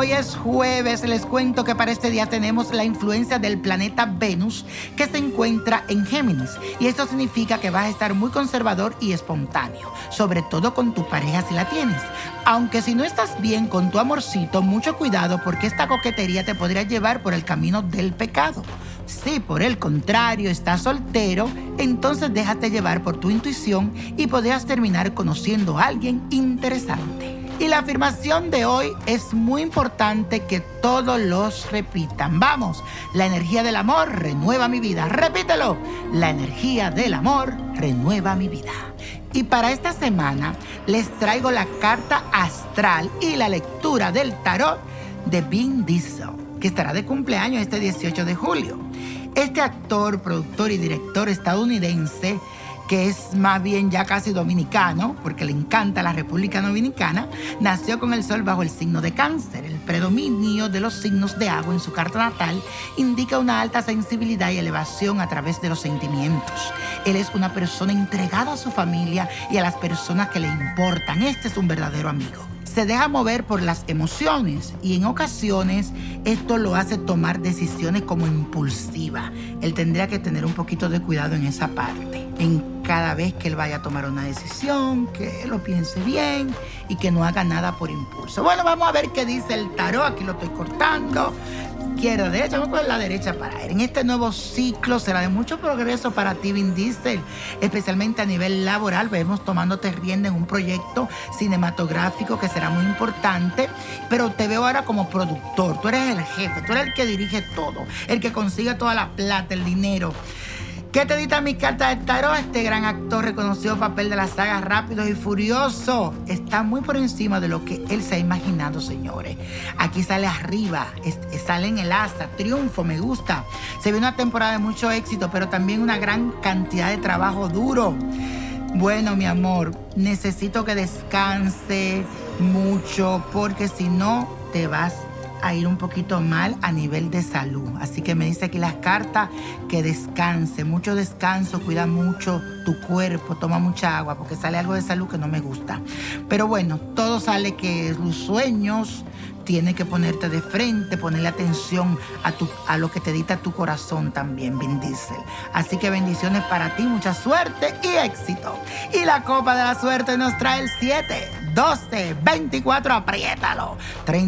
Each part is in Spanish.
hoy es jueves. Les cuento que para este día tenemos la influencia del planeta Venus, que se encuentra en Géminis. Y esto significa que vas a estar muy conservador y espontáneo, sobre todo con tu pareja si la tienes. Aunque si no estás bien con tu amorcito, mucho cuidado porque esta coquetería te podría llevar por el camino del pecado. Si por el contrario estás soltero, entonces déjate llevar por tu intuición y podrías terminar conociendo a alguien interesante. Y la afirmación de hoy es muy importante que todos los repitan. Vamos, la energía del amor renueva mi vida. Repítelo, la energía del amor renueva mi vida. Y para esta semana les traigo la carta astral y la lectura del tarot de Vin Diesel, que estará de cumpleaños este 18 de julio. Este actor, productor y director estadounidense, que es más bien ya casi dominicano, porque le encanta la República Dominicana, nació con el sol bajo el signo de Cáncer. El predominio de los signos de agua en su carta natal indica una alta sensibilidad y elevación a través de los sentimientos. Él es una persona entregada a su familia y a las personas que le importan. Este es un verdadero amigo. Se deja mover por las emociones y en ocasiones esto lo hace tomar decisiones como impulsiva. Él tendría que tener un poquito de cuidado en esa parte. En cada vez que él vaya a tomar una decisión, que él lo piense bien y que no haga nada por impulso. Bueno, vamos a ver qué dice el tarot. Aquí lo estoy cortando. Izquierda, derecha, vamos a coger la derecha para él. En este nuevo ciclo será de mucho progreso para ti, Vin Diesel, especialmente a nivel laboral. Vemos tomándote rienda en un proyecto cinematográfico que será muy importante, pero te veo ahora como productor. Tú eres el jefe, tú eres el que dirige todo, el que consigue toda la plata, el dinero. ¿Qué te dicta mi carta del tarot? Este gran actor, reconocido papel de la saga Rápidos y Furiosos, está muy por encima de lo que él se ha imaginado, señores. Aquí sale arriba, sale en el asa, triunfo, me gusta. Se ve una temporada de mucho éxito, pero también una gran cantidad de trabajo duro. Bueno, mi amor, necesito que descanse mucho, porque si no, te vas a ir un poquito mal a nivel de salud. Así que me dice aquí las cartas que descanse, mucho descanso, cuida mucho tu cuerpo, toma mucha agua, porque sale algo de salud que no me gusta. Pero bueno, todo sale que los sueños tienes que ponerte de frente, ponerle atención a lo que te dicta tu corazón también, Vin Diesel. Así que bendiciones para ti, mucha suerte y éxito. Y la copa de la suerte nos trae el 7, 12, 24, apriétalo,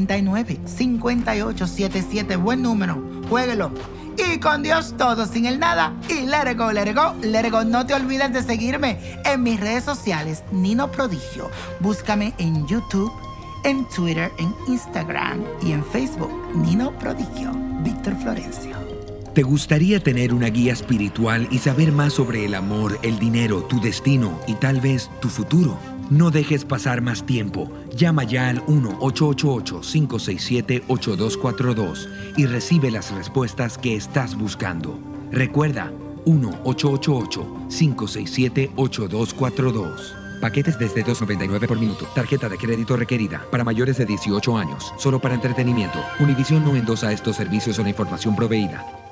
39, 58, 77, buen número, juéguelo. Y con Dios todo, sin el nada. Y let it go, let it go, let it go. No te olvides de seguirme en mis redes sociales, Nino Prodigio. Búscame en YouTube, en Twitter, en Instagram y en Facebook, Nino Prodigio, Víctor Florencio. ¿Te gustaría tener una guía espiritual y saber más sobre el amor, el dinero, tu destino y tal vez tu futuro? No dejes pasar más tiempo. Llama ya al 1-888-567-8242 y recibe las respuestas que estás buscando. Recuerda, 1-888-567-8242. Paquetes desde $2.99 por minuto. Tarjeta de crédito requerida para mayores de 18 años. Solo para entretenimiento. Univision no endosa estos servicios o la información proveída.